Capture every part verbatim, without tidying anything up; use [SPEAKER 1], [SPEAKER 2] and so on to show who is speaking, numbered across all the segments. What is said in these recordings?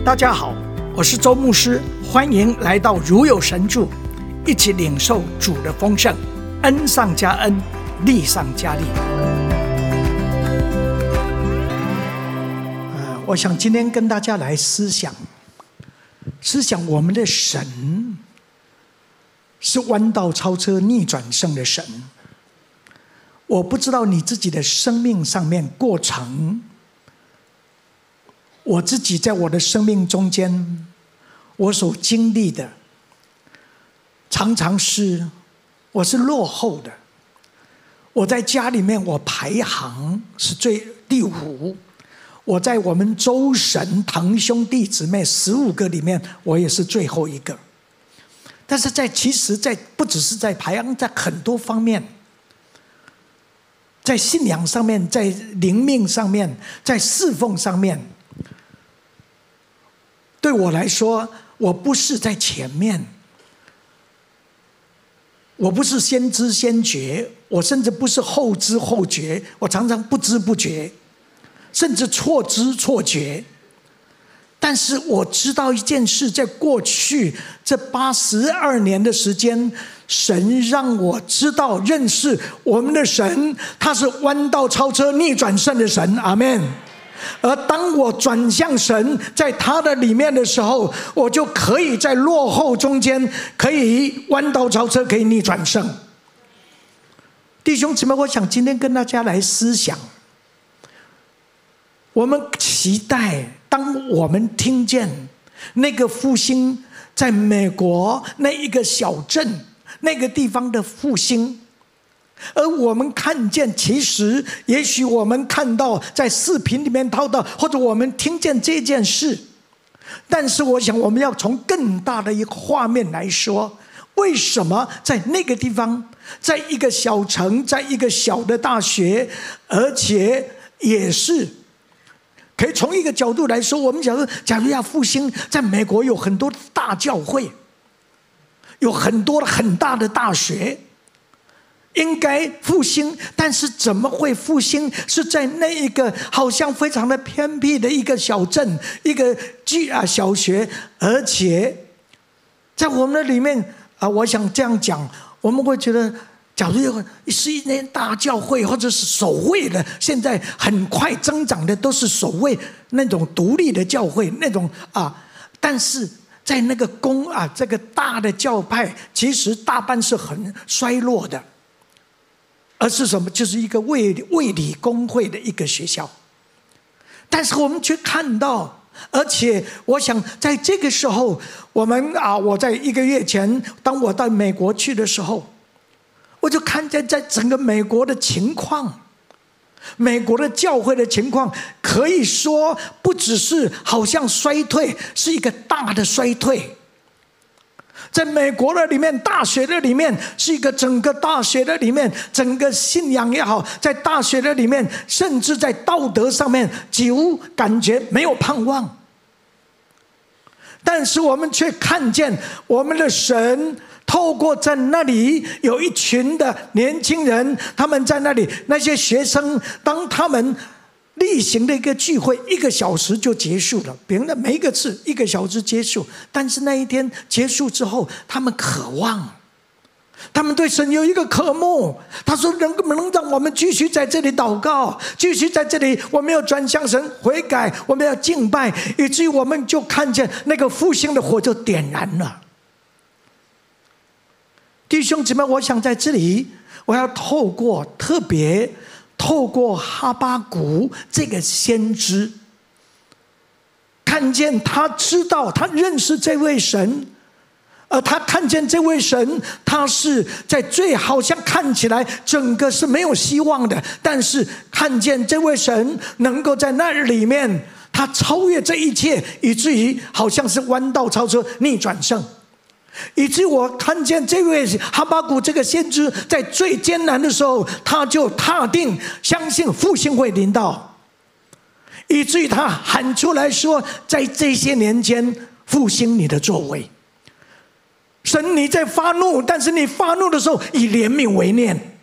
[SPEAKER 1] 大家好，我是周牧师，欢迎来到如有神助，一起领受主的丰盛，恩上加恩，力上加力。呃，我想今天跟大家来思想，思想我们的神是弯道超车、逆转胜的神。我不知道你自己的生命上面过程，我自己在我的生命中间，我所经历的，常常是我是落后的。我在家里面，我排行是最第五。我在我们周神堂兄弟姊妹十五个里面，我也是最后一个。但是在其实在不只是在排行，在很多方面，在信仰上面，在灵命上面，在侍奉上面，对我来说，我不是在前面，我不是先知先觉，我甚至不是后知后觉，我常常不知不觉，甚至错知错觉。但是我知道一件事，在过去这八十二年的时间，神让我知道认识我们的神，他是弯道超车、逆转胜的神。阿们。而当我转向神，在他的里面的时候，我就可以在落后中间可以弯道超车，可以逆转胜。弟兄姊妹，我想今天跟大家来思想，我们期待当我们听见那个复兴在美国那一个小镇那个地方的复兴，而我们看见，其实也许我们看到在视频里面talk到，或者我们听见这件事，但是我想我们要从更大的一个画面来说，为什么在那个地方，在一个小城，在一个小的大学，而且也是可以从一个角度来说，我们假如假如要复兴，在美国有很多大教会，有很多很大的大学，应该复兴，但是怎么会复兴？是在那一个好像非常的偏僻的一个小镇，一个啊小学，而且在我们的里面啊，我想这样讲，我们会觉得，假如是一间大教会，或者是守卫的，现在很快增长的都是守卫那种独立的教会，那种啊，但是在那个公啊这个大的教派，其实大半是很衰落的。而是什么？就是一个卫卫理公会的一个学校，但是我们却看到，而且我想在这个时候，我们啊，我在一个月前，当我到美国去的时候，我就看见在整个美国的情况，美国的教会的情况，可以说不只是好像衰退，是一个大的衰退。在美国的里面，大学的里面，是一个整个大学的里面，整个信仰也好，在大学的里面，甚至在道德上面，几乎感觉没有盼望。但是我们却看见我们的神透过在那里有一群的年轻人，他们在那里，那些学生，当他们例行的一个聚会，一个小时就结束了，别人的每一个次一个小时结束，但是那一天结束之后，他们渴望，他们对神有一个渴慕。他说能不能让我们继续在这里祷告，继续在这里，我们要转向神悔改，我们要敬拜，以至于我们就看见那个复兴的火就点燃了。弟兄姊妹，我想在这里我要透过特别透过哈巴谷这个先知，看见他知道，他认识这位神，而他看见这位神，他是在最好像看起来整个是没有希望的，但是看见这位神能够在那里面，他超越这一切，以至于好像是弯道超车、逆转胜。以至于我看见这位哈巴谷这个先知，在最艰难的时候，他就踏定相信复兴会临到，以至于他喊出来说，在这些年间复兴你的作为。神你在发怒，但是你发怒的时候以怜悯为念。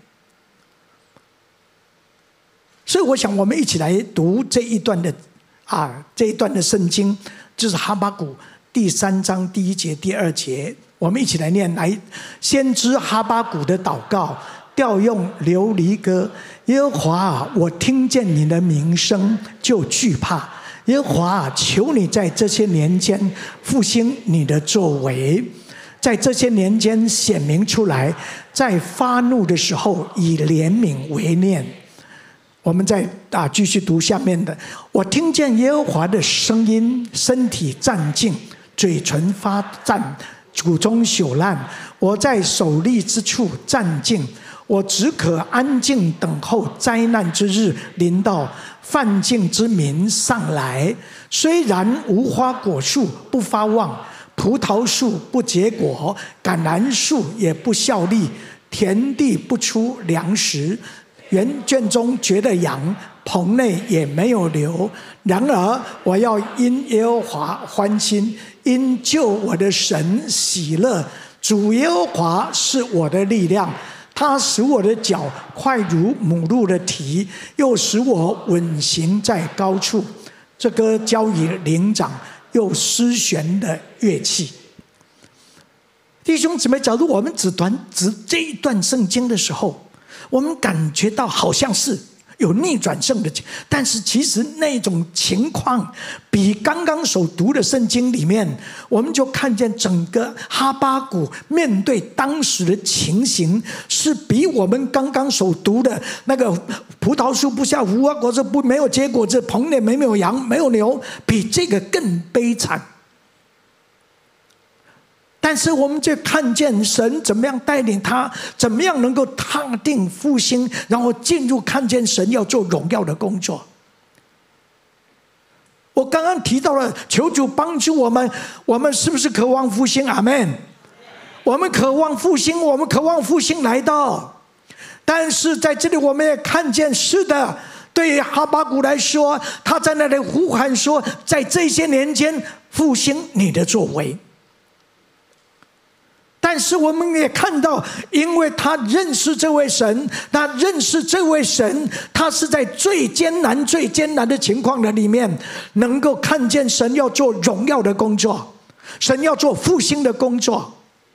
[SPEAKER 1] 所以我想我们一起来读这一段的啊这一段的圣经， 就是哈巴谷第三章第一节、第二节，我们一起来念。来，先知哈巴谷的祷告，调用流离歌。耶和华啊，我听见你的名声就惧怕。耶和华啊，求你在这些年间复兴你的作为，在这些年间显明出来，在发怒的时候以怜悯为念。我们再啊继续读下面的。我听见耶和华的声音，身体战兢，嘴唇发战，骨中朽烂。我在首立之处战兢，我只可安静等候灾难之日临到，犯境之民上来。虽然无花果树不发旺，葡萄树不结果，橄榄树也不效力，田地不出粮食，园圈中绝了羊，棚内也没有牛。然而我要因耶和华欢心，因救我的神喜乐。主耶和华是我的力量，他使我的脚快如母鹿的蹄，又使我稳行在高处。这歌交与灵长，又丝弦的乐器。弟兄姊妹，假如我们只读只这一段圣经的时候，我们感觉到好像是有逆转胜的，但是其实那种情况比刚刚所读的圣经里面，我们就看见整个哈巴谷面对当时的情形，是比我们刚刚所读的那个葡萄树不下无花果子不没有结果子，棚内没有羊没有牛，比这个更悲惨。但是我们就看见神怎么样带领他，怎么样能够踏定复兴，然后进入看见神要做荣耀的工作。我刚刚提到了求主帮助我们，我们是不是渴望复兴？阿们。我们渴望复兴，我们渴望复兴来到。但是在这里我们也看见，是的，对于哈巴谷来说，他在那里呼喊说，在这些年间复兴你的作为。但是我们也看到，因为他认识这位神，他认识这位神，他是在最艰难最艰难的情况的里面，能够看见神要做荣耀的工作，神要做复兴的工作。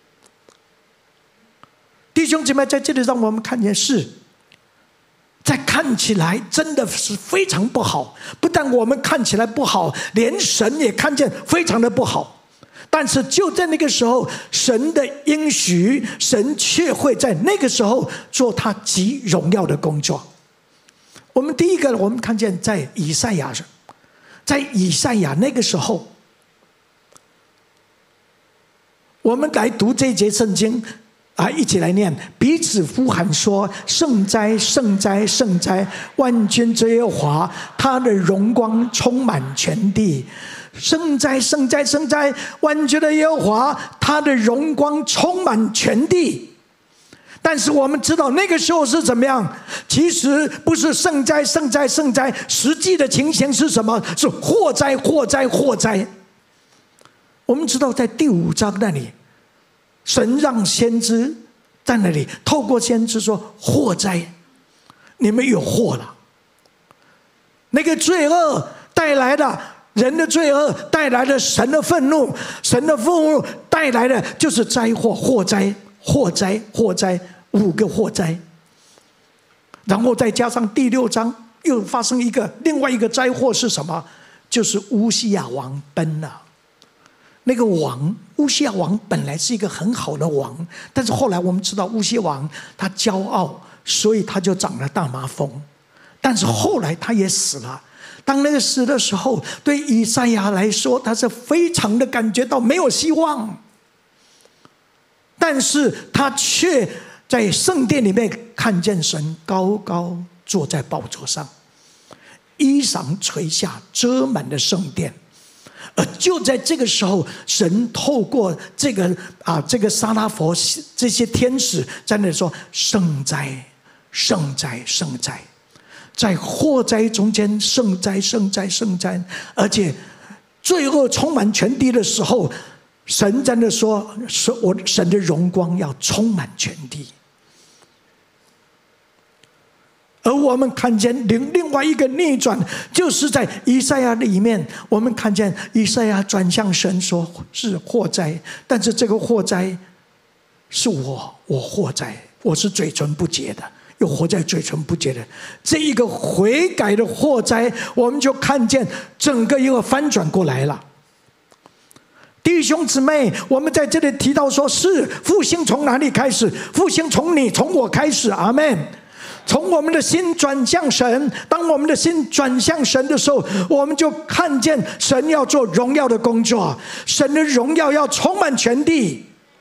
[SPEAKER 1] 弟兄姐妹，在这里让我们看见，是在看起来真的是非常不好，不但我们看起来不好，连神也看见非常的不好。但是就在那个时候，神的应许，神却会在那个时候做他极荣耀的工作。我们第一个，我们看见在以赛亚，在以赛亚那个时候，我们来读这节圣经啊，一起来念：彼此呼喊说：圣哉，圣哉，圣哉！万军之耶和华，他的荣光充满全地。圣哉，圣哉，圣哉！万军的耶和华，他的荣光充满全地。但是我们知道那个时候是怎么样？其实不是圣哉，圣哉，圣哉，实际的情形是什么？是祸灾，祸灾，祸灾。我们知道在第五章那里，神让先知在那里透过先知说：祸灾，你们有祸了。那个罪恶带来的人的罪恶带来了神的愤怒，神的愤怒带来的就是灾祸，祸灾，祸灾，祸灾，五个祸灾。然后再加上第六章又发生一个另外一个灾祸是什么？就是乌西亚王崩了。那个王乌西亚王本来是一个很好的王，但是后来我们知道乌西亚王他骄傲，所以他就长了大麻风。但是后来他也死了。当那个死的时候，对以赛亚来说，他是非常的感觉到没有希望。但是他却在圣殿里面看见神高高坐在宝座上，衣裳垂下，遮满了圣殿。而就在这个时候，神透过这个啊，这个撒拉佛这些天使在那里说：圣哉，圣哉，圣哉！在祸灾中间，圣哉，圣哉，圣哉！而且罪恶充满全地的时候，神在那说：说我神的荣光要充满全地。 而我们看见另另外一个逆转，就是在以赛亚里面，我们看见以赛亚转向神说是祸灾，但是这个祸灾是我我祸灾，我是嘴唇不洁的，又活在嘴唇不洁的这一个悔改的祸灾，我们就看见整个一个翻转过来了。弟兄姊妹，我们在这里提到说，是复兴从哪里开始？复兴从你从我开始，阿们。从我们的心转向神，当我们的心转向神的时候，我们就看见神要做荣耀的工作，神的荣耀要充满全地。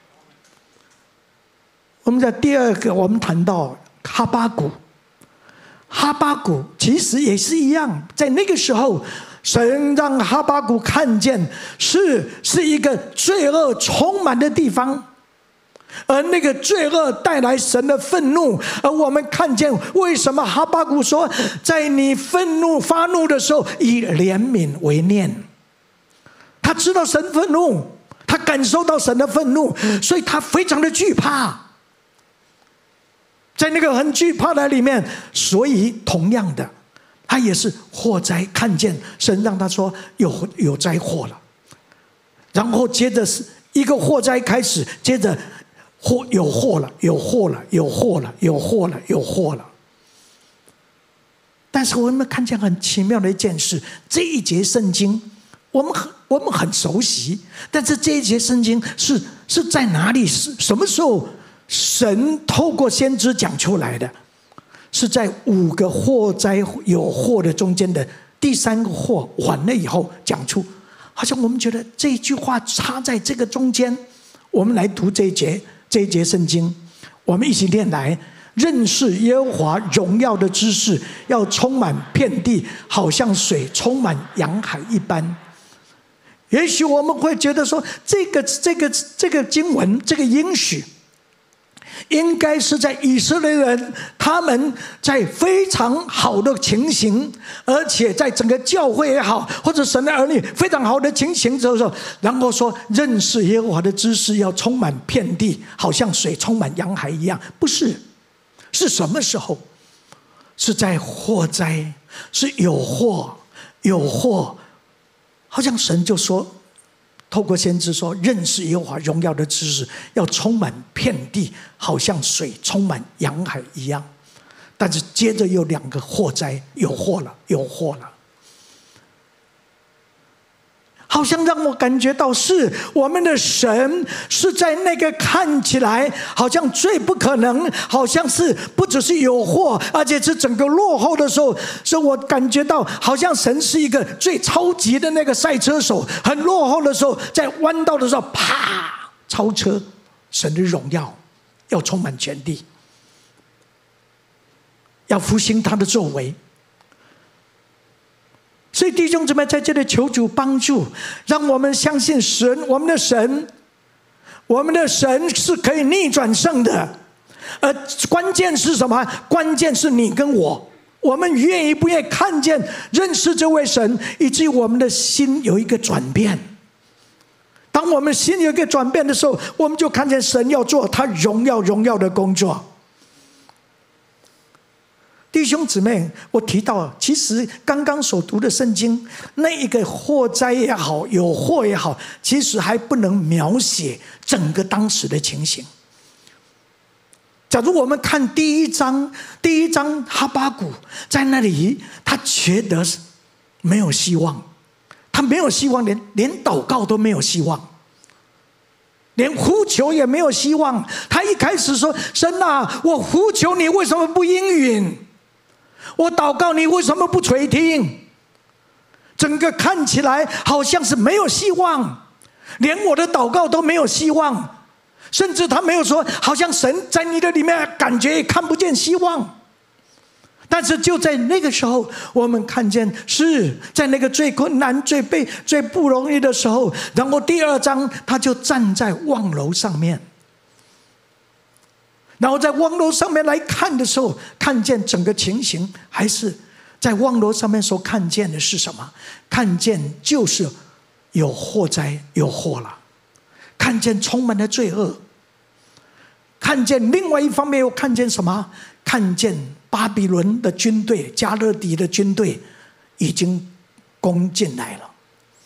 [SPEAKER 1] 我们在第二个，我们谈到哈巴谷，哈巴谷其实也是一样，在那个时候，神让哈巴谷看见是是一个罪恶充满的地方。而那个罪恶带来神的愤怒，而我们看见为什么哈巴谷说，在你愤怒发怒的时候，以怜悯为念。他知道神愤怒，他感受到神的愤怒，所以他非常的惧怕。在那个很惧怕的里面，所以同样的，他也是祸灾，看见神让他说有有灾祸了，然后接着是一个祸灾开始，接着祸有祸了，有祸了，有祸了，有祸了，有祸了。但是我们看见很奇妙的一件事，这一节圣经我们很我们很熟悉，但是这一节圣经是是在哪里？是什么时候神透过先知讲出来的？是在五个祸灾有祸的中间的第三个祸完了以后讲出，好像我们觉得这一句话插在这个中间。我们来读这一节。这一节圣经，我们一起念来：认识耶和华荣耀的知识要充满遍地，好像水充满洋海一般。也许我们会觉得说，这个这个这个经文，这个应许，应该是在以色列人他们在非常好的情形，而且在整个教会也好，或者神的儿女非常好的情形之后，然后说认识耶和华的知识要充满遍地，好像水充满洋海一样。不是，是什么时候？是在祸灾，是有祸，有祸，好像神就说，透过先知说，认识耶和华荣耀的知识要充满遍地，好像水充满洋海一样。但是接着有两个祸灾，有祸了，有祸了，好像让我感觉到是我们的神是在那个看起来好像最不可能，好像是不只是有祸，而且是整个落后的时候，是我感觉到好像神是一个最超级的那个赛车手，很落后的时候，在弯道的时候啪超车，神的荣耀要充满全地，要复兴他的作为。所以弟兄姊妹在这里求主帮助，让我们相信神，我们的神，我们的神是可以逆转胜的。而关键是什么？关键是你跟我，我们愿意不愿意看见、认识这位神，以至于我们的心有一个转变。当我们心有一个转变的时候，我们就看见神要做他荣耀荣耀的工作。弟兄姊妹，我提到其实刚刚所读的圣经，那一个祸灾也好，有祸也好，其实还不能描写整个当时的情形。假如我们看第一章，第一章哈巴谷在那里，他觉得没有希望，他没有希望，连连祷告都没有希望，连呼求也没有希望。他一开始说：“神啊，我呼求你，为什么不应允？我祷告你，为什么不垂听？”整个看起来好像是没有希望，连我的祷告都没有希望，甚至他没有说好像神在你的里面感觉也看不见希望。但是就在那个时候，我们看见是在那个最困难、最被最不容易的时候，然后第二章他就站在望楼上面，然后在望楼上面来看的时候，看见整个情形，还是在望楼上面所看见的是什么？看见就是有祸灾，有祸了，看见充满了罪恶， 看见另外一方面又看见什么？看见巴比伦的军队、加勒底的军队已经攻进来了。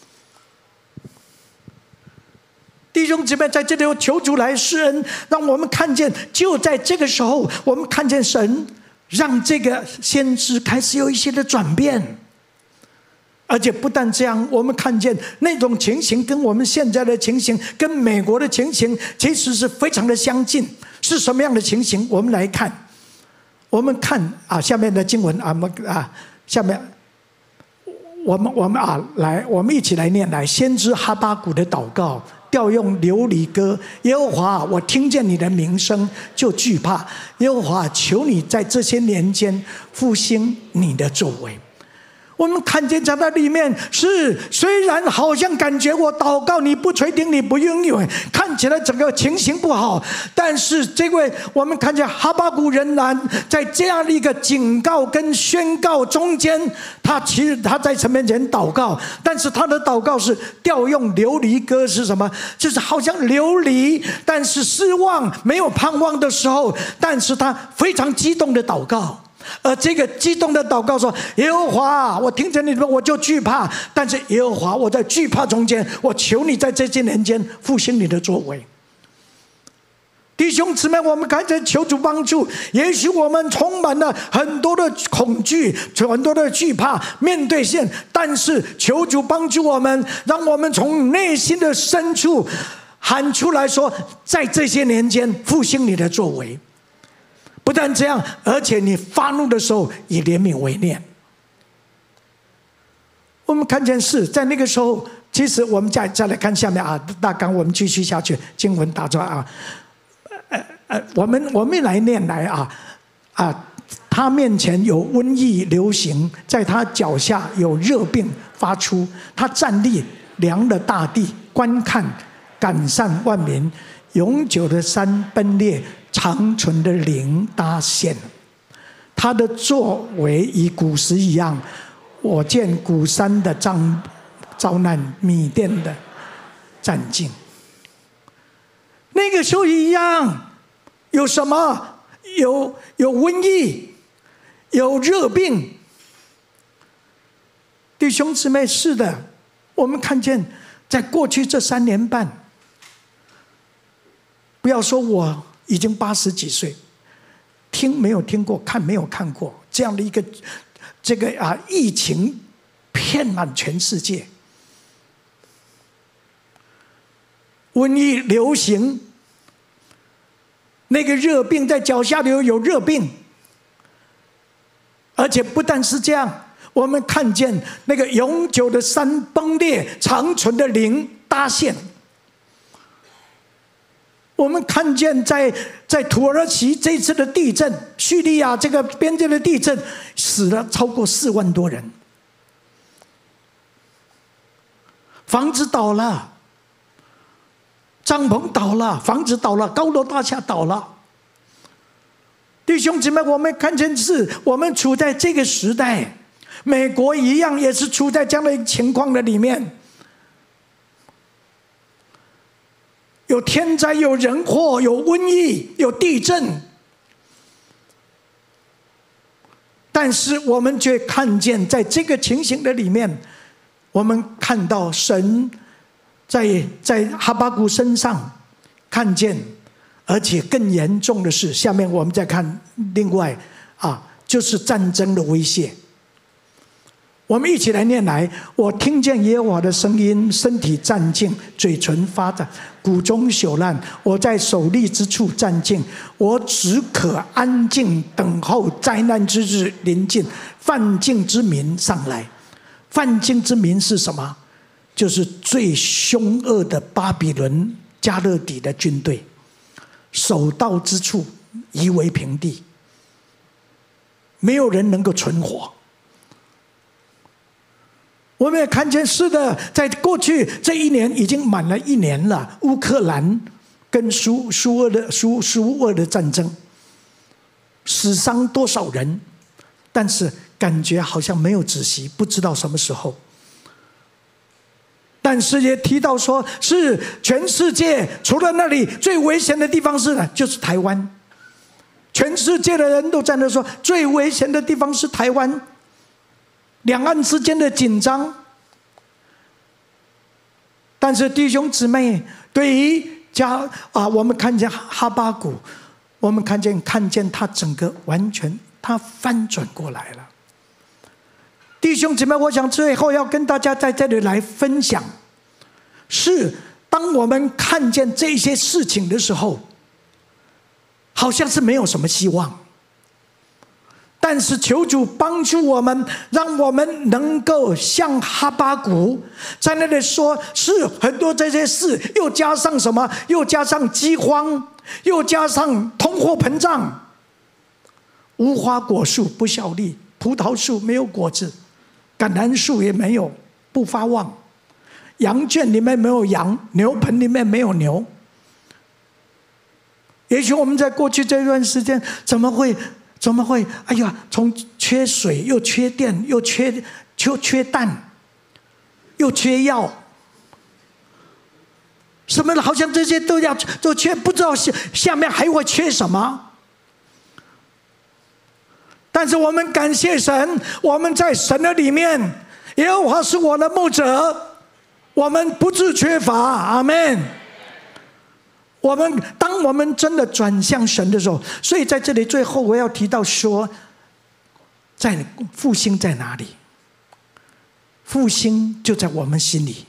[SPEAKER 1] 弟兄姊妹，在这里我求主来施恩，让我们看见，就在这个时候，我们看见神让这个先知开始有一些的转变。而且不但这样，我们看见那种情形跟我们现在的情形，跟美国的情形其实是非常的相近。是什么样的情形？我们来看，我们看啊，下面的经文啊，啊，下面我们我们啊，来，我们一起来念来，先知哈巴谷的祷告，调用流离歌。耶和华，我听见你的名声就惧怕。耶和华，求你在这些年间复兴你的作为。我们看见在那里面是，虽然好像感觉我祷告你不垂听，你不应允，看起来整个情形不好，但是这位我们看见哈巴谷仍然在这样的一个警告跟宣告中间，他其实他在神面前祷告，但是他的祷告是调用流离歌，是什么？就是好像流离，但是失望没有盼望的时候，但是他非常激动的祷告。而这个激动的祷告说：耶和华，我听见你的，我就惧怕。但是耶和华，我在惧怕中间，我求你在这些年间复兴你的作为。弟兄姊妹，我们看见求主帮助。也许我们充满了很多的恐惧，很多的惧怕，面对现，但是求主帮助我们，让我们从内心的深处喊出来说：在这些年间复兴你的作为。不但这样，而且你发怒的时候以怜悯为念。我们看见是在那个时候，其实我们再再来看下面啊，大纲我们继续下去，经文打出来啊，呃呃，我们我们来念来啊啊，他面前有瘟疫流行，在他脚下有热病发出，他站立量了大地，观看赶散万民，永久的山崩裂，长存的灵搭线。他的作为与古时一样，我见古山的遭遭难，米甸的战尽。那个时候一样，有什么？有有瘟疫，有热病。弟兄姊妹，是的，我们看见在过去这三年半，不要说我已经八十几岁，听没有听过，看没有看过这样的一个这个啊疫情遍满全世界，瘟疫流行，那个热病在脚下流有热病，而且不但是这样，我们看见那个永久的山崩裂，长存的灵搭线。我们看见在在土耳其这次的地震，叙利亚这个边界的地震，死了超过四万多人，房子倒了，帐篷倒了，房子倒了，高楼大厦倒了。弟兄姊妹，我们看见是我们处在这个时代，美国一样也是处在这样的情况的里面。有天灾，有人祸，有瘟疫，有地震，但是我们却看见在这个情形的里面，我们看到神在在哈巴谷身上看见，而且更严重的是，下面我们再看另外啊，就是战争的威胁。我们一起来念来，我听见耶和华的声音，身体战兢，嘴唇发展，骨中朽烂。我在首立之处战兢，我只可安静等候灾难之日临近，犯境之民上来。犯境之民是什么？就是最凶恶的巴比伦加勒底的军队，所到之处夷为平地，没有人能够存活。我们也看见，是的，在过去这一年已经满了一年了，乌克兰跟苏苏俄的苏苏俄的战争，死伤多少人？但是感觉好像没有止息，不知道什么时候。 但是也提到说，是全世界除了那里最危险的地方是呢，就是台湾。全世界的人都在那说，最危险的地方是台湾。两岸之间的紧张，但是弟兄姊妹，对于加啊，我们看见哈巴谷，我们看见看见他整个完全他翻转过来了。弟兄姊妹，我想最后要跟大家在这里来分享，是当我们看见这些事情的时候，好像是没有什么希望，但是求主帮助我们，让我们能够像哈巴谷在那里说，是很多这些事，又加上什么，又加上饥荒，又加上通货膨胀，无花果树不效力，葡萄树没有果子，橄榄树也没有，不发旺，羊圈里面没有羊，牛棚里面没有牛。也许我们在过去这段时间怎么会怎么会哎呀，从缺水又缺电又缺又缺蛋又缺药，什么的，好像这些都要都缺，不知道下面还会缺什么。但是我们感谢神，我们在神的里面，耶和华是我的牧者，我们不致缺乏。阿们。我们当我们真的转向神的时候，所以在这里最后我要提到说，在复兴在哪里？复兴就在我们心里。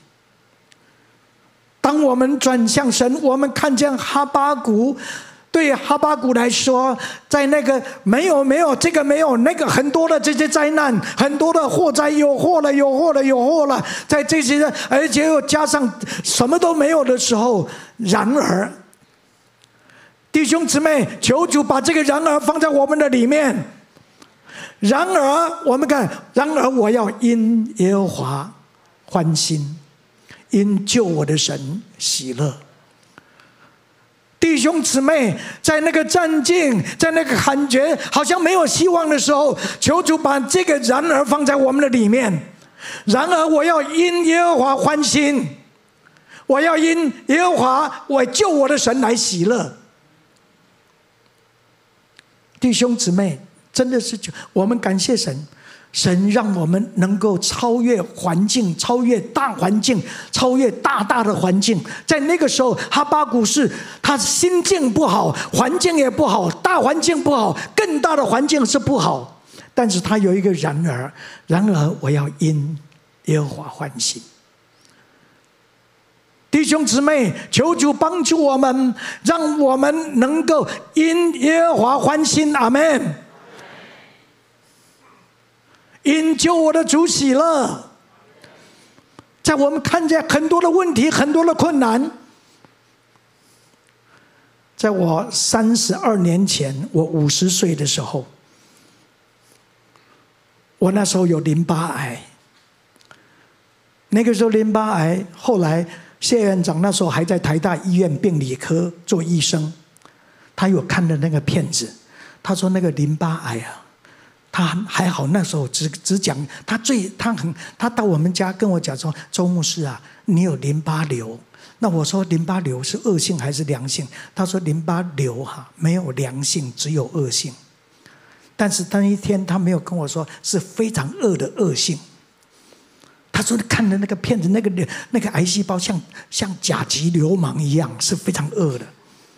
[SPEAKER 1] 当我们转向神，我们看见哈巴谷，对哈巴谷来说，在那个没有没有这个没有那个很多的这些灾难，很多的祸灾，有祸了有祸了有祸了，在这些而且又加上什么都没有的时候，然而弟兄姊妹，求主把这个然而放在我们的里面。然而我们看，然而我要因耶和华欢心，因救我的神喜乐。弟兄姊妹，在那个战境，在那个感觉好像没有希望的时候，求主把这个然而放在我们的里面。然而我要因耶和华欢心，我要因耶和华我救我的神来喜乐。弟兄姊妹，真的是我们感谢神，神让我们能够超越环境，超越大环境，超越大大的环境。在那个时候，哈巴谷是他心境不好，环境也不好，大环境不好，更大的环境是不好，但是他有一个然而，然而我要因耶和华欢心。弟兄姊妹，求主帮助我们，让我们能够因耶和华欢心。阿们。因救我的主喜乐。在我们看见很多的问题，很多的困难，在我三十二年前，我五十岁的时候，我那时候有淋巴癌。那个时候淋巴癌，后来谢院长那时候还在台大医院病理科做医生，他有看了那个片子，他说那个淋巴癌啊，他还好，那时候只只讲他最他很他到我们家跟我讲说，周牧师啊，你有淋巴瘤。那我说淋巴瘤是恶性还是良性？他说淋巴瘤哈、啊、没有良性，只有恶性。但是那一天他没有跟我说是非常恶的恶性。他说看的那个片子，那个那个癌细胞像像甲级流氓一样，是非常恶的。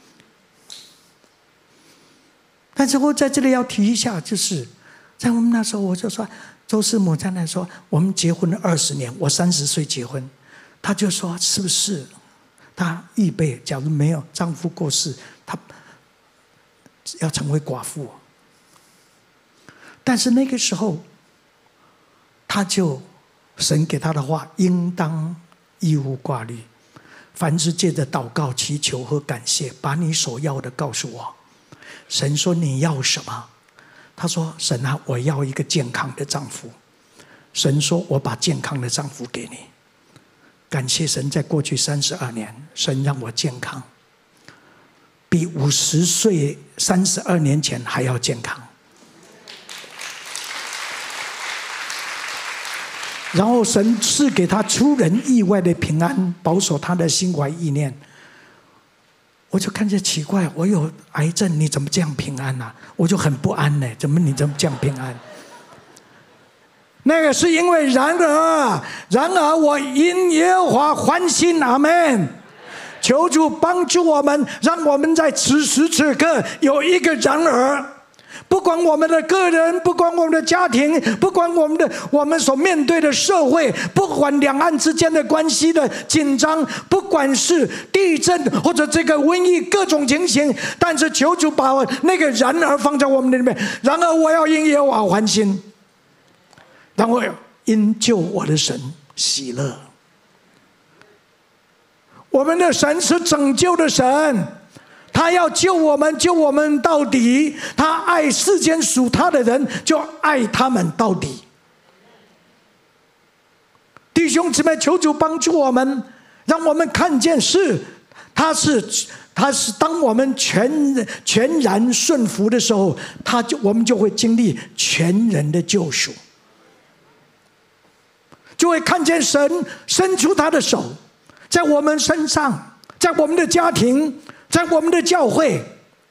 [SPEAKER 1] 但是我在这里要提一下，就是在我们那时候，我就说周师母在那说，我们结婚了二十年，我三十岁结婚，他就说是不是他预备，假如没有丈夫过世，他要成为寡妇。但是那个时候，他就神给他的话，应当一无挂虑，凡是借着祷告、祈求和感谢，把你所要的告诉我。神说你要什么？他说神啊，我要一个健康的丈夫。神说我把健康的丈夫给你。感谢神，在过去三十二年，神让我健康，比五十岁三十二年前还要健康。 然后神赐给他出人意外的平安，保守他的心怀意念。我就看见奇怪，我有癌症，你怎么这样平安啊？我就很不安呢，怎么你怎么这样平安？那个是因为然而，然而我因耶和华欢心，阿们。求主帮助我们，让我们在此时此刻有一个然而。不管我们的个人，不管我们的家庭，不管我们的我们所面对的社会，不管两岸之间的关系的紧张，不管是地震或者这个瘟疫各种情形，但是求主把那个然而放在我们的里面。然而我要因耶和华欢心，然后因救我的神喜乐。我们的神是拯救的神，他要救我们，救我们到底。他爱世间属他的人，就爱他们到底。弟兄姊妹，求主帮助我们，让我们看见是他是他是当我们全全然顺服的时候，他就我们就会经历全人的救赎，就会看见神伸出他的手，在我们身上，在我们的家庭，在我们的教会，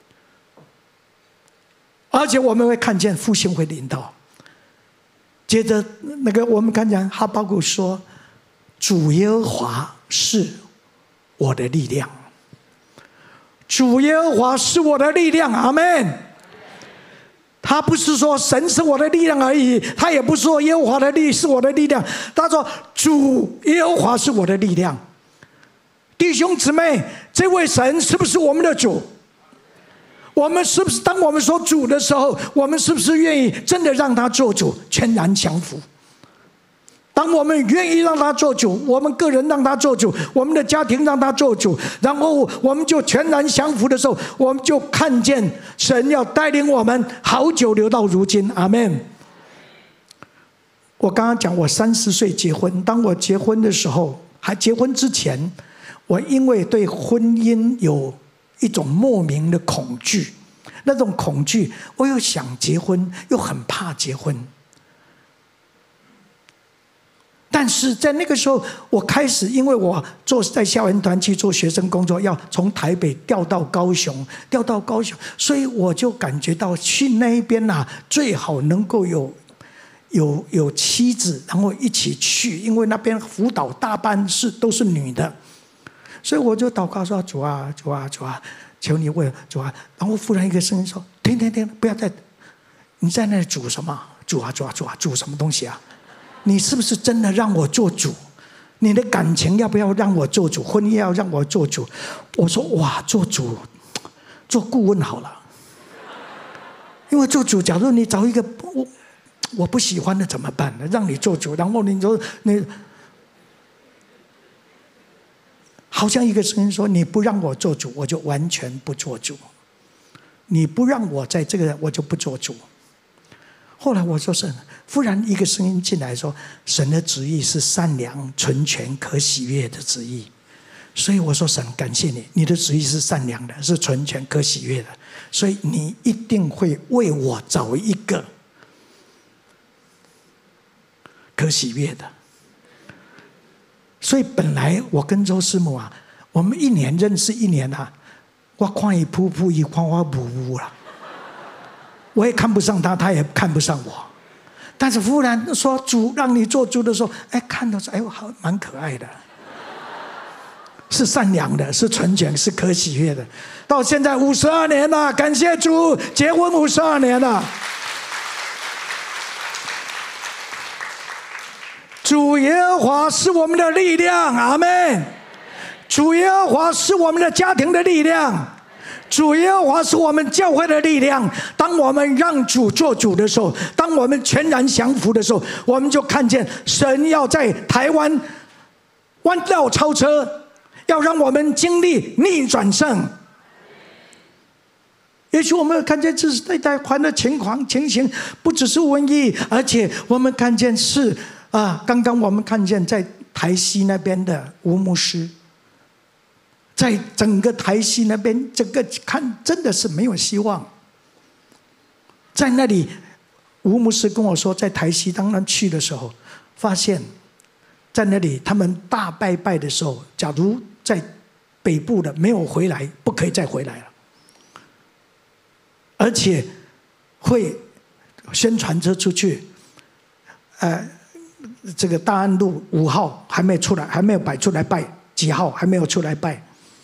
[SPEAKER 1] 而且我们会看见复兴会临到。接着那个我们看见哈巴谷说，主耶和华是我的力量，主耶和华是我的力量，阿们。他不是说神是我的力量而已，他也不是说耶和华的力是我的力量，他说主耶和华是我的力量。弟兄姊妹，这位神是不是我们的主？我们是不是当我们说主的时候，我们是不是愿意真的让他做主，全然降服？当我们愿意让他做主，我们个人让他做主，我们的家庭让他做主，然后我们就全然降服的时候，我们就看见神要带领我们好久留到如今，阿们。我刚刚讲我三十岁结婚，当我结婚的时候，还结婚之前，我因为对婚姻有一种莫名的恐惧，那种恐惧，我又想结婚，又很怕结婚。但是在那个时候，我开始，因为我做在校园团契做学生工作，要从台北调到高雄，调到高雄，所以我就感觉到去那一边啊，最好能够有有有妻子，然后一起去，因为那边辅导大半是都是女的，所以我就祷告说：主啊，主啊，主啊，求你为主啊！然后忽然一个声音说：停停停，不要再，你在那里煮什么？主啊，主啊，主啊，煮什么东西啊？你是不是真的让我做主？你的感情要不要让我做主？婚姻要让我做主？我说哇，做主，做顾问好了。因为做主，假如你找一个我我不喜欢的怎么办呢？让你做主，然后你说你，好像一个声音说：你不让我做主，我就完全不做主；你不让我在这个，我就不做主。后来我说神，忽然一个声音进来说，神的旨意是善良、纯全、可喜悦的旨意。所以我说神，感谢你，你的旨意是善良的，是纯全、可喜悦的，所以你一定会为我找一个可喜悦的。所以本来我跟周师母啊，我们一年认识一年啊，我看伊噗噗，伊看我噗噗啦。我也看不上他，他也看不上我。但是忽然说主让你做主的时候，哎，看到说，哎，好，蛮可爱的，是善良的，是纯全，是可喜悦的。到现在五十二年了，感谢主，结婚五十二年了。主耶和华是我们的力量，阿们。主耶和华是我们的家庭的力量。主耶和华是我们教会的力量。当我们让主做主的时候，当我们全然降服的时候，我们就看见神要在台湾弯道超车，要让我们经历逆转胜。也许我们看见这是在台湾的情况情形，不只是瘟疫，而且我们看见是啊，刚刚我们看见在台西那边的吴牧师。在整个台西那边，整个看真的是没有希望。在那里，吴牧师跟我说，在台西当然去的时候， 发现，在那里他们大拜拜的时候，假如在北部的没有回来，不可以再回来了，而且会宣传车出去，呃，这个大安路五号还没出来，还没有摆出来拜，几号还没有出来拜。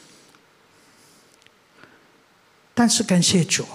[SPEAKER 1] 但是感谢主，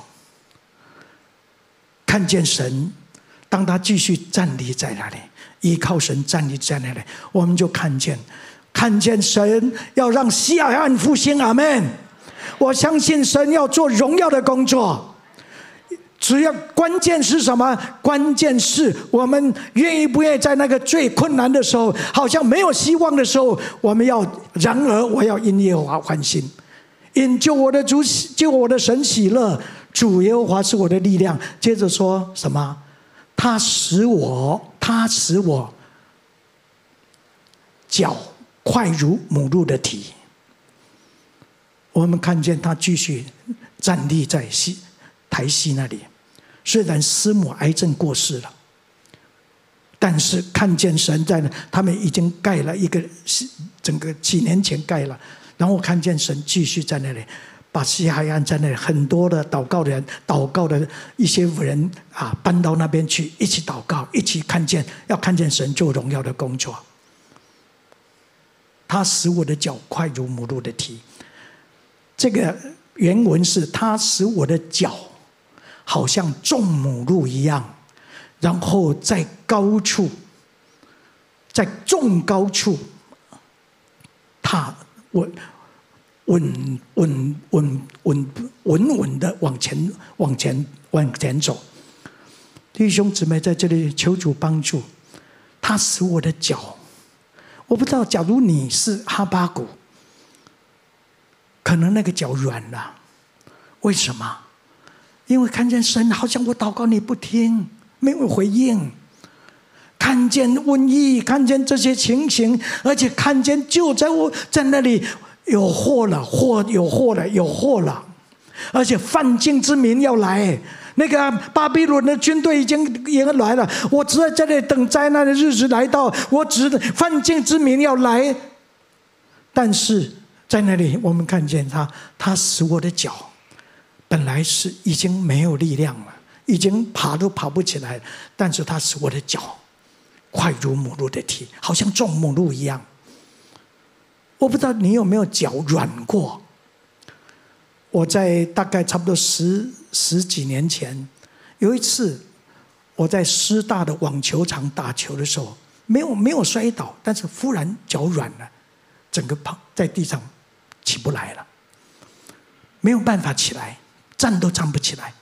[SPEAKER 1] 看见神，当他继续站立在那里，依靠神站立在那里，我们就看见，看见神要让西海岸复兴，阿们。我相信神要做荣耀的工作，只要关键是什么？关键是我们愿意不愿意在那个最困难的时候，好像没有希望的时候，我们要然而我要因耶和华欢心，因救我的主，救我的神喜乐，主耶和华是我的力量。接着说什么？他使我，他使我脚快如母鹿的蹄。我们看见他继续站立在西台西那里，虽然师母癌症过世了，但是看见神在那，他们已经盖了一个，整个几年前盖了，然后看见神继续在那里，把西海岸在那里很多的祷告的人，祷告的一些人啊，搬到那边去，一起祷告，一起看见，要看见神做荣耀的工作。他使我的脚快如母鹿的蹄。这个原文是他使我的脚好像种母鹿一样，然后在高处，在重高处踏稳稳稳稳稳稳稳的往前往前往前走。弟兄姊妹在这里求主帮助，他使我的脚，我不知道，假如你是哈巴谷，可能那个脚软了，为什么？因为看见神好像我祷告你不听，没有回应，看见瘟疫，看见这些情形，而且看见就在我在那里有祸了，祸有祸了，有祸了，而且犯境之民要来，那个巴比伦的军队已经也来了，我只在这里等灾难的日子来到，我只犯境之民要来，但是在那里我们看见他，他使我的脚本来是已经没有力量了，已经爬都爬不起来了，但是他使我的脚快如母鹿的蹄，好像种母鹿一样。我不知道你有没有脚软过。我在大概差不多十十几年前，有一次我在师大的网球场打球的时候，没有没有摔倒，但是忽然脚软了，整个跑在地上起不来了，没有办法起来，站都站不起来。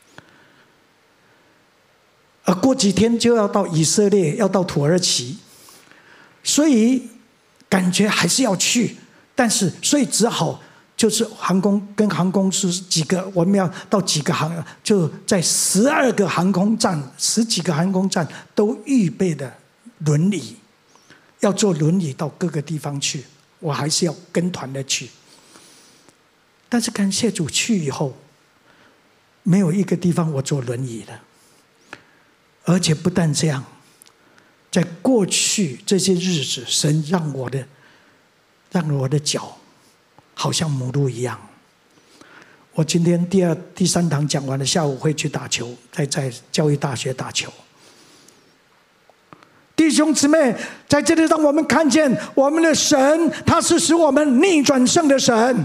[SPEAKER 1] 而过几天就要到以色列，要到土耳其，所以感觉还是要去，但是所以只好就是航空跟航空公司几个，我们要到几个航，就在十二个航空站，十几个航空站都预备的轮椅，要坐轮椅到各个地方去，我还是要跟团的去。但是感谢主，去以后没有一个地方我坐轮椅的，而且不但这样，在过去这些日子，神让我的让我的脚好像母鹿一样。我今天第二、第三堂讲完了，下午会去打球，在在教育大学打球。弟兄姊妹，在这里让我们看见我们的神，他是使我们逆转胜的神，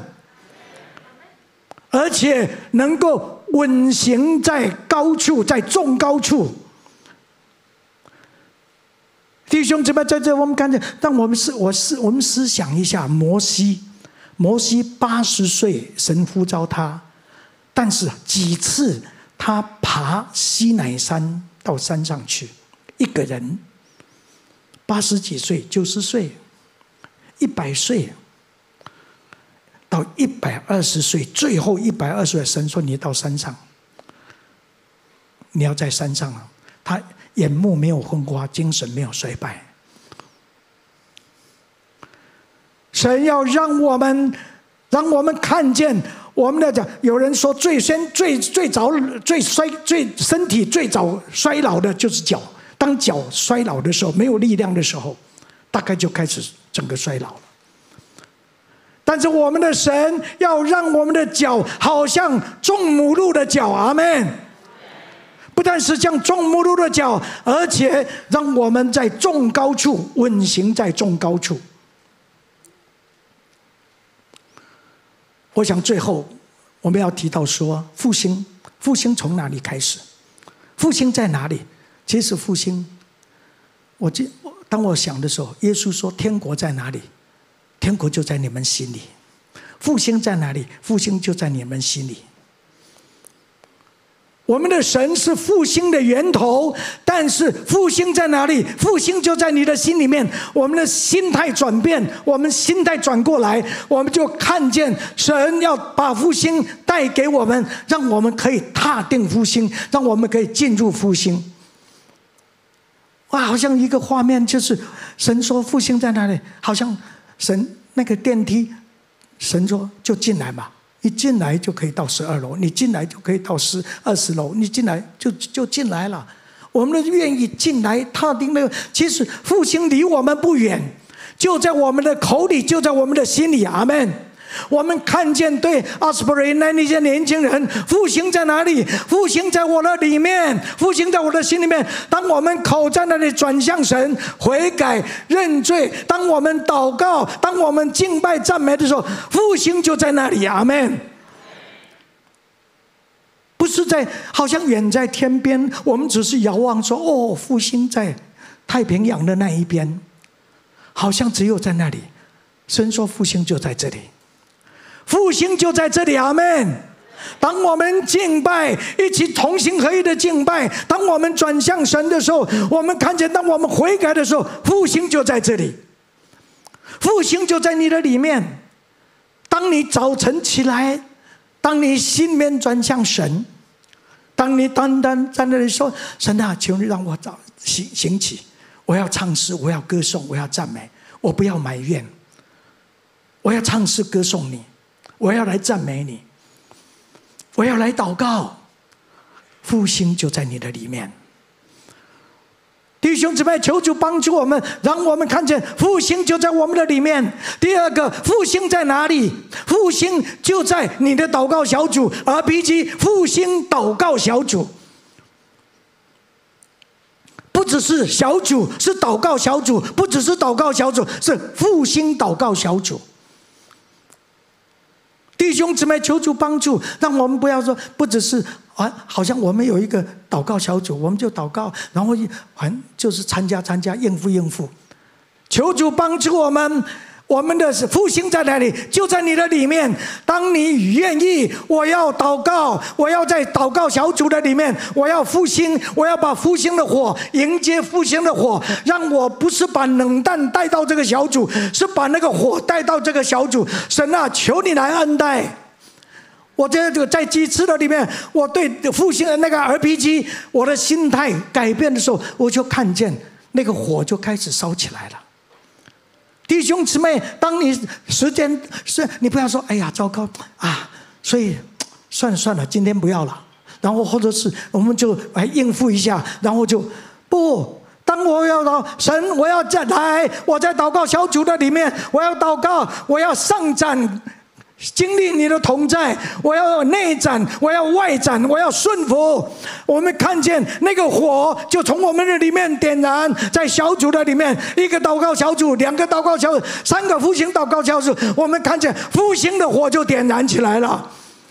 [SPEAKER 1] 而且能够稳行在高处，在重高处。弟兄姊妹，在这我们看见，让我们思我思我们思想一下，摩西，摩西八十岁，神呼召他，但是几次他爬西乃山到山上去，一个人，八十几岁、九十岁、一百岁，到一百二十岁，最后一百二十岁，神说你到山上，你要在山上啊，他眼目没有昏花，精神没有衰败。神要让我们，让我们看见我们的讲。有人说最先最最早最衰最身体最早衰老的就是脚。当当脚衰老的时候，没有力量的时候，大概就开始整个衰老了。但是我们的神要让我们的脚好像种母鹿的脚，阿们。不但是像种母鹿的脚，而且让我们在众高处稳行在众高处。我想最后我们要提到说，复兴复兴从哪里开始？复兴在哪里？其实复兴，我记当我想的时候，耶稣说天国在哪里？天国就在你们心里。复兴在哪里？复兴就在你们心里。我们的神是复兴的源头，但是复兴在哪里？复兴就在你的心里面。我们的心态转变，我们心态转过来，我们就看见神要把复兴带给我们，让我们可以踏定复兴，让我们可以进入复兴。哇，好像一个画面，就是神说复兴在哪里？好像神那个电梯，神说就进来嘛。你进来就可以到十二楼，你进来就可以到十二十楼，你进来就就进来了。我们愿意进来踏定那个，其实复兴离我们不远，就在我们的口里，就在我们的心里。阿们。我们看见对阿斯普林那些年轻人，复兴在哪里？复兴在我的里面，复兴在我的心里面。当我们口在那里转向神，悔改认罪，当我们祷告，当我们敬拜赞美的时候，复兴就在那里。阿们。不是在好像远在天边，我们只是遥望说，哦，复兴在太平洋的那一边，好像只有在那里。神说复兴就在这里，复兴就在这里。阿们。当我们敬拜，一起同心合一的敬拜，当我们转向神的时候，我们看见当我们悔改的时候，复兴就在这里，复兴就在你的里面。当你早晨起来，当你心里面转向神，当你单单在那里说，神啊，求你让我早醒醒起，我要唱诗，我要歌颂，我要赞美，我不要埋怨，我要唱诗歌颂你，我要来赞美你，我要来祷告。复兴就在你的里面。弟兄姊妹，求主帮助我们，让我们看见复兴就在我们的里面。第二个，复兴在哪里？复兴就在你的祷告小组 R P G 复兴祷告小组。不只是小组，是祷告小组，不只是祷告小组，是复兴祷告小组。弟兄姊妹，求主帮助，让我们不要说不只是啊，好像我们有一个祷告小组，我们就祷告，然后还就是参加参加应付应付。求主帮助我们，我们的复兴在哪里？就在你的里面。当你愿意，我要祷告，我要在祷告小组的里面，我要复兴，我要把复兴的火迎接复兴的火，让我不是把冷淡带到这个小组，是把那个火带到这个小组。神啊，求你来恩待。我这个在几次的里面，我对复兴的那个 R P G， 我的心态改变的时候，我就看见那个火就开始烧起来了。弟兄姊妹，当你时间是，你不要说，哎呀，糟糕啊，所以算了算了，今天不要了。然后或者是我们就来应付一下，然后就不。当我要祷神，我要再来，我在祷告小组的里面，我要祷告，我要上展。经历你的同在，我要内展，我要外展，我要顺服。我们看见那个火就从我们的里面点燃，在小组的里面，一个祷告小组，两个祷告小组，三个复兴祷告小组，我们看见复兴的火就点燃起来了。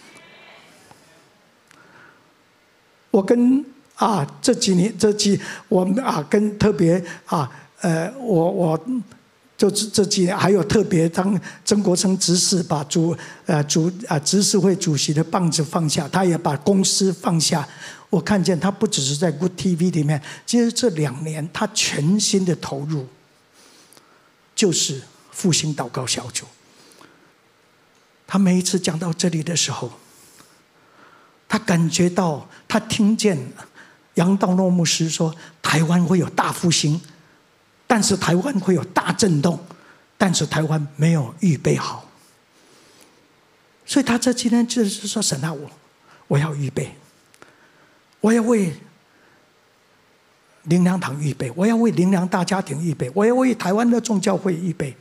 [SPEAKER 1] 我跟啊这几年这几我们啊跟特别啊呃我我。就这几年还有特别，当曾国成执事把主呃主啊执事会主席的棒子放下，他也把公司放下。我看见他不只是在 Good T V 里面，其实这两年他全心的投入，就是复兴祷告小组。他每一次讲到这里的时候，他感觉到，他听见杨道诺牧师说，台湾会有大复兴。但是台湾会有大震动，但是台湾没有预备好，所以他这几天就是说，神啊，我我要预备，我要为灵粮堂预备，我要为灵粮大家庭预备，我要为台湾的众教会预备。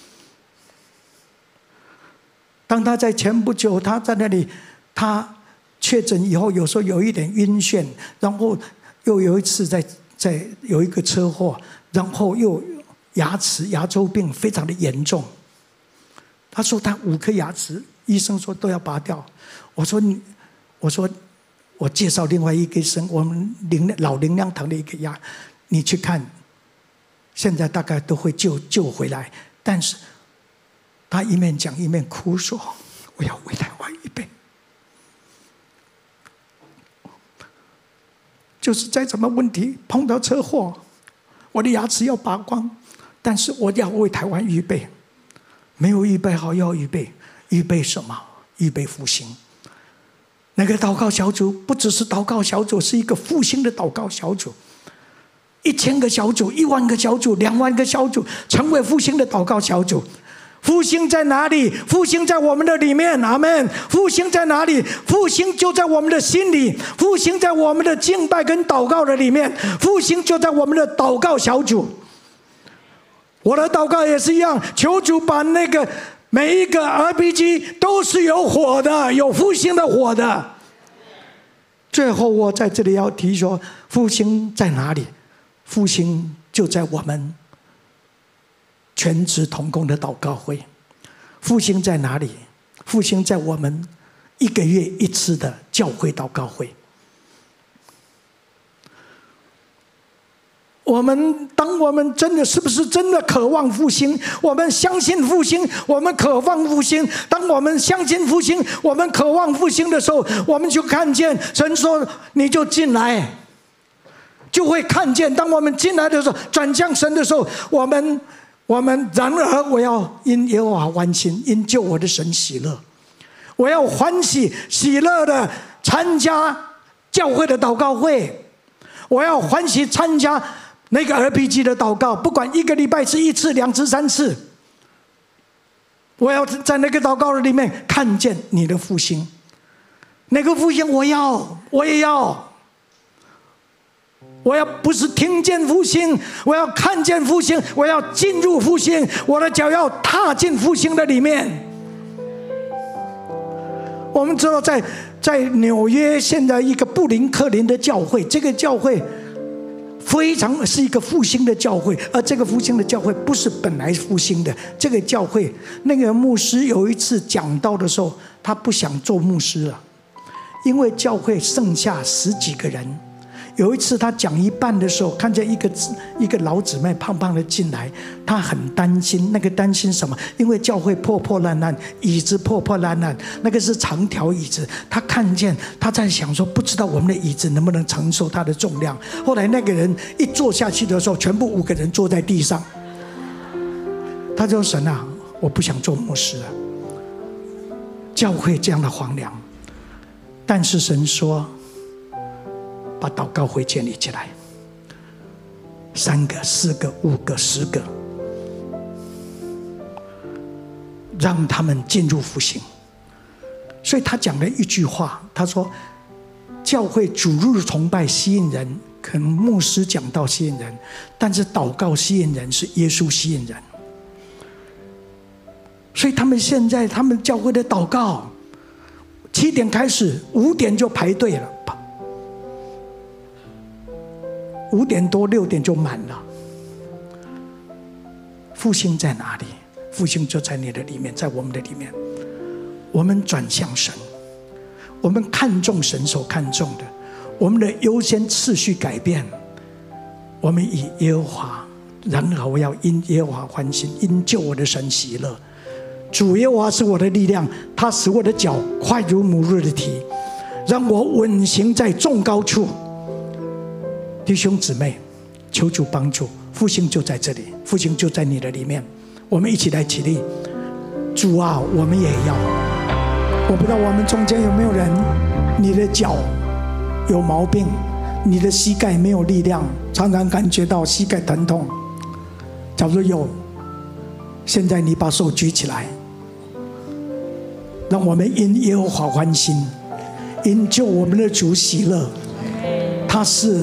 [SPEAKER 1] 当他在前不久，他在那里，他确诊以后，有时候有一点晕眩，然后又有一次在在有一个车祸，然后又牙齿牙周病非常的严重。他说他五颗牙齿，医生说都要拔掉。我说你，我说我介绍另外一个医生，我们灵老灵粮堂的一个牙，你去看，现在大概都会救救回来。但是他一面讲一面哭说：“我要为台湾预备。”就是在什么问题碰到车祸，我的牙齿要拔光，但是我要为台湾预备。没有预备好，要预备，预备什么？预备复兴。那个祷告小组不只是祷告小组，是一个复兴的祷告小组。一千个小组，一万个小组，两万个小组，成为复兴的祷告小组。复兴在哪里？复兴在我们的里面，阿们。复兴在哪里？复兴就在我们的心里，复兴在我们的敬拜跟祷告的里面，复兴就在我们的祷告小组。我的祷告也是一样，求主把那个每一个 R P G 都是有火的，有复兴的火的。最后我在这里要提说，复兴在哪里？复兴就在我们全职同工的祷告会。复兴在哪里？复兴在我们一个月一次的教会祷告会。我们当我们真的是不是真的渴望复兴？我们相信复兴，我们渴望复兴。当我们相信复兴，我们渴望复兴的时候，我们就看见神说：“你就进来。”就会看见，当我们进来的时候，转向神的时候，我们我们然而我要因耶和华欢心，因救我的神喜乐。我要欢喜喜乐的参加教会的祷告会，我要欢喜参加那个 R P G 的祷告，不管一个礼拜是一次、两次、三次，我要在那个祷告里面看见你的复兴。那个复兴我要，我也要。我要不是听见复兴，我要看见复兴，我要进入复兴，我的脚要踏进复兴的里面。我们知道在在纽约现在一个布林克林的教会，这个教会非常是一个复兴的教会，而这个复兴的教会不是本来复兴的。这个教会那个牧师有一次讲道的时候，他不想做牧师了，因为教会剩下十几个人。有一次他讲一半的时候，看见一个一个老姊妹胖胖的进来，他很担心。那个担心什么？因为教会破破烂烂，椅子破破烂烂，那个是长条椅子。他看见，他在想说，不知道我们的椅子能不能承受它的重量。后来那个人一坐下去的时候，全部五个人坐在地上。他就说：“神啊，我不想做牧师了，教会这样的荒凉。”但是神说，把祷告会建立起来，三个、四个、五个、十个，让他们进入复兴。所以他讲了一句话，他说：“教会主日崇拜吸引人，可能牧师讲道吸引人，但是祷告吸引人，是耶稣吸引人。”所以他们现在他们教会的祷告，七点开始，五点就排队了。五点多六点就满了。复兴在哪里？复兴就在你的里面，在我们的里面。我们转向神，我们看重神所看重的，我们的优先次序改变。我们以耶和华，然而我要因耶和华欢心，因救我的神喜乐。主耶和华是我的力量，他使我的脚快如母鹿的蹄，让我稳行在众高处。弟兄姊妹，求主帮助，复兴就在这里，复兴就在你的里面。我们一起来起立。主啊，我们也要。我不知道我们中间有没有人，你的脚有毛病，你的膝盖没有力量，常常感觉到膝盖疼痛。假如有，现在你把手举起来，让我们因耶和华欢心，因救我们的主喜乐。他是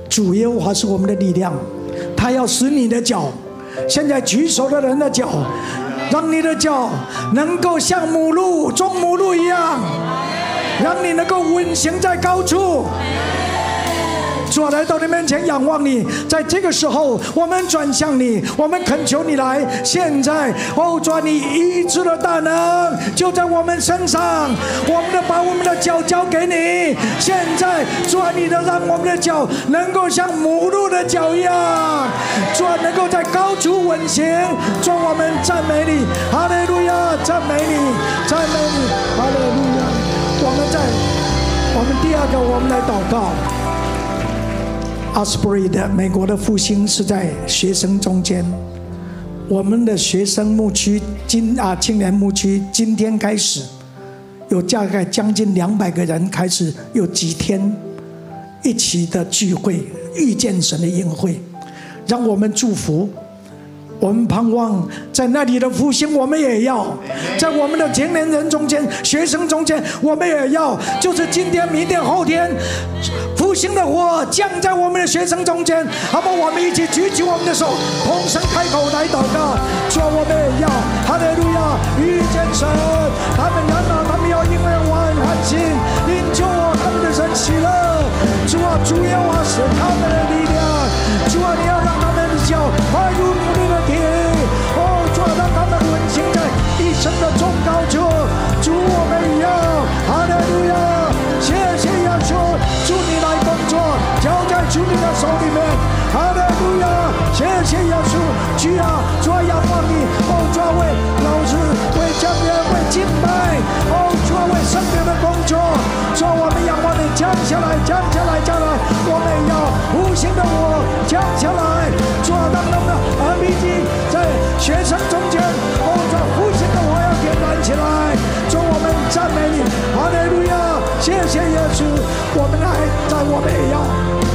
[SPEAKER 1] 主耶和华是我们的力量，他要使你的脚，现在举手的人的脚，让你的脚能够像母鹿、种母鹿一样，让你能够稳行在高处。主啊，来到你面前仰望你，在这个时候我们转向你，我们恳求你来。现在哦，主啊，你医治的大能就在我们身上，我们的把我们的脚交给你。现在主啊，你的让我们的脚能够像母鹿的脚一样，主啊，能够在高处稳行。主啊，我们赞美你，哈利路亚，赞美你，赞美你，哈利路亚。我们在我们第二个，我们来祷告。Asbury 的美国的复兴是在学生中间，我们的学生牧区今啊青年牧区今天开始有大概将近两百个人开始有几天一起的聚会，遇见神的应会，让我们祝福。我们盼望在那里的复兴，我们也要在我们的青年人中间、学生中间，我们也要，就是今天、明天、后天，复兴的火降在我们的学生中间，好不好？我们一起举起我们的手，同声开口来祷告。主啊，我们也要，哈利路亚，遇见神，他们然后他们要因为我很欢喜，领受我他们的神喜乐。主啊，主耶和华是他们的力量。主啊，你要让他们的脚迈入母鹿的蹄。哦，主啊，让他们稳行在一生的中高处。主，我们也要，哈利路亚，谢谢耶稣，主你来工作，交在主你的手里面，哈利路亚，谢谢耶稣。主啊，主啊，仰望你，哦，主啊，为老师、为教员、为敬拜，哦，主啊，为圣别的工作，主啊，我们仰望你降下来，降下来，降下来，我们要复兴的火降下来。主啊，让他们的 R P G 在学生中间，哦，主啊，复兴的火要点燃起来。主，我们赞美你，哈利路亚，谢谢耶稣。我们来，在我们也要。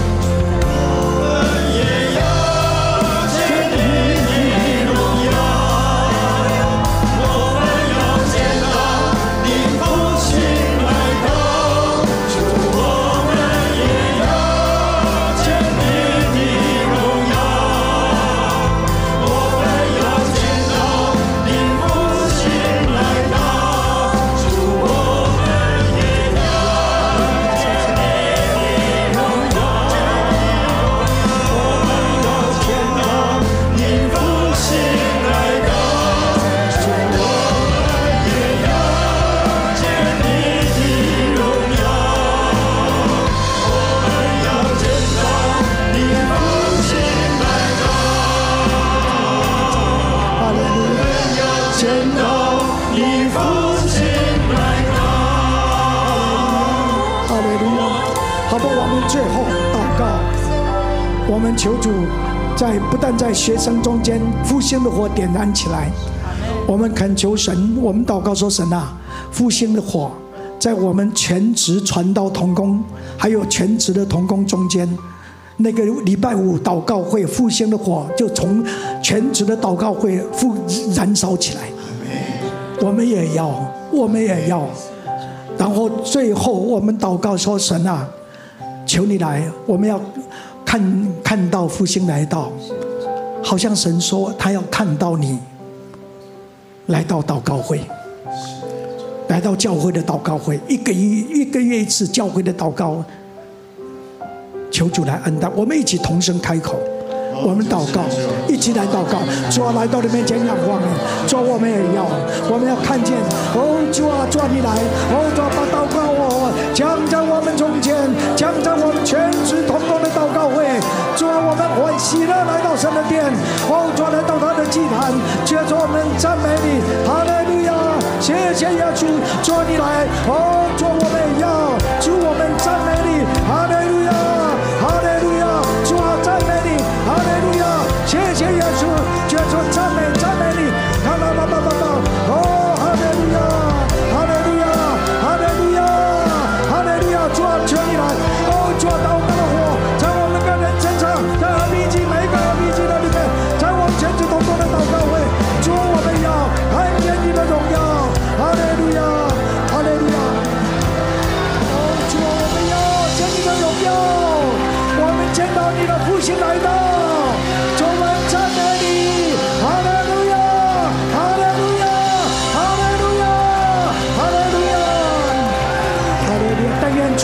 [SPEAKER 1] 我们求主在不但在学生中间复兴的火点燃起来，我们恳求神，我们祷告说，神啊，复兴的火在我们全职传道同工还有全职的同工中间，那个礼拜五祷告会复兴的火就从全职的祷告会复燃烧起来。我们也要，我们也要。然后最后我们祷告说，神啊，求你来，我们要看看到复兴来到，好像神说他要看到你来到祷告会，来到教会的祷告会，一个月一个月一次教会的祷告，求主来恩待我们，一起同声开口，我们祷告，一起来祷告。主啊，来到你面前仰望你，主啊，我们也要，我们要看见，哦，主啊，主啊，你来，哦，主啊，把祷告哦降在我们中间，降在我们全职同工的祷告会。主啊，我们欢喜乐来到神的殿，哦，主啊，来到他的祭坛，接着我们赞美你，哈利路亚，谢谢耶稣。主啊，你来，哦，主啊，我们也要，主我们赞美你，哈利路亚，哈利路亚，主啊，赞美你，哈利路亚，谢谢耶稣，接着赞美赞美你，哈啦啦啦啦啦，哦，哈利路亚，哈利路亚，哈利路亚，哈利路亚，主啊，求你来，哦，主啊，祷告的火在我们个人身上，在 R P G 每一个 R P G 的里面，在我们全职同工的祷告会，主啊，我们要看见你的荣耀，哈利路亚，哈利路亚，哦，主啊，我们要见你的荣耀，我们见到你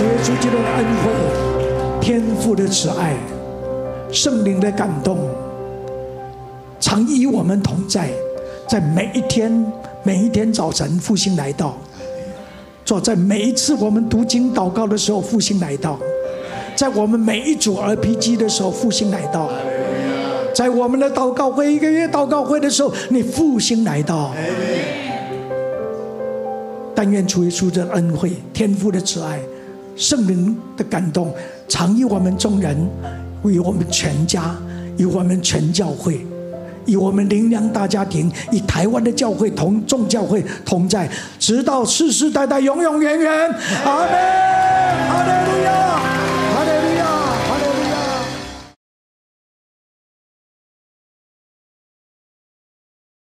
[SPEAKER 1] 主耶稣基督的恩惠、天父的慈爱、圣灵的感动，常与我们同在，在每一天每一天早晨复兴来到，坐在每一次我们读经祷告的时候复兴来到，在我们每一组 R P G 的时候复兴来到，在我们的祷告会一个月祷告会的时候你复兴来到。但愿主耶稣的恩惠、天父的慈爱、圣灵的感动常与我们众人，与我们全家，与我们全教会，与我们灵粮大家庭，与台湾的教会同众教会同在，直到世世代代永永远远。阿们。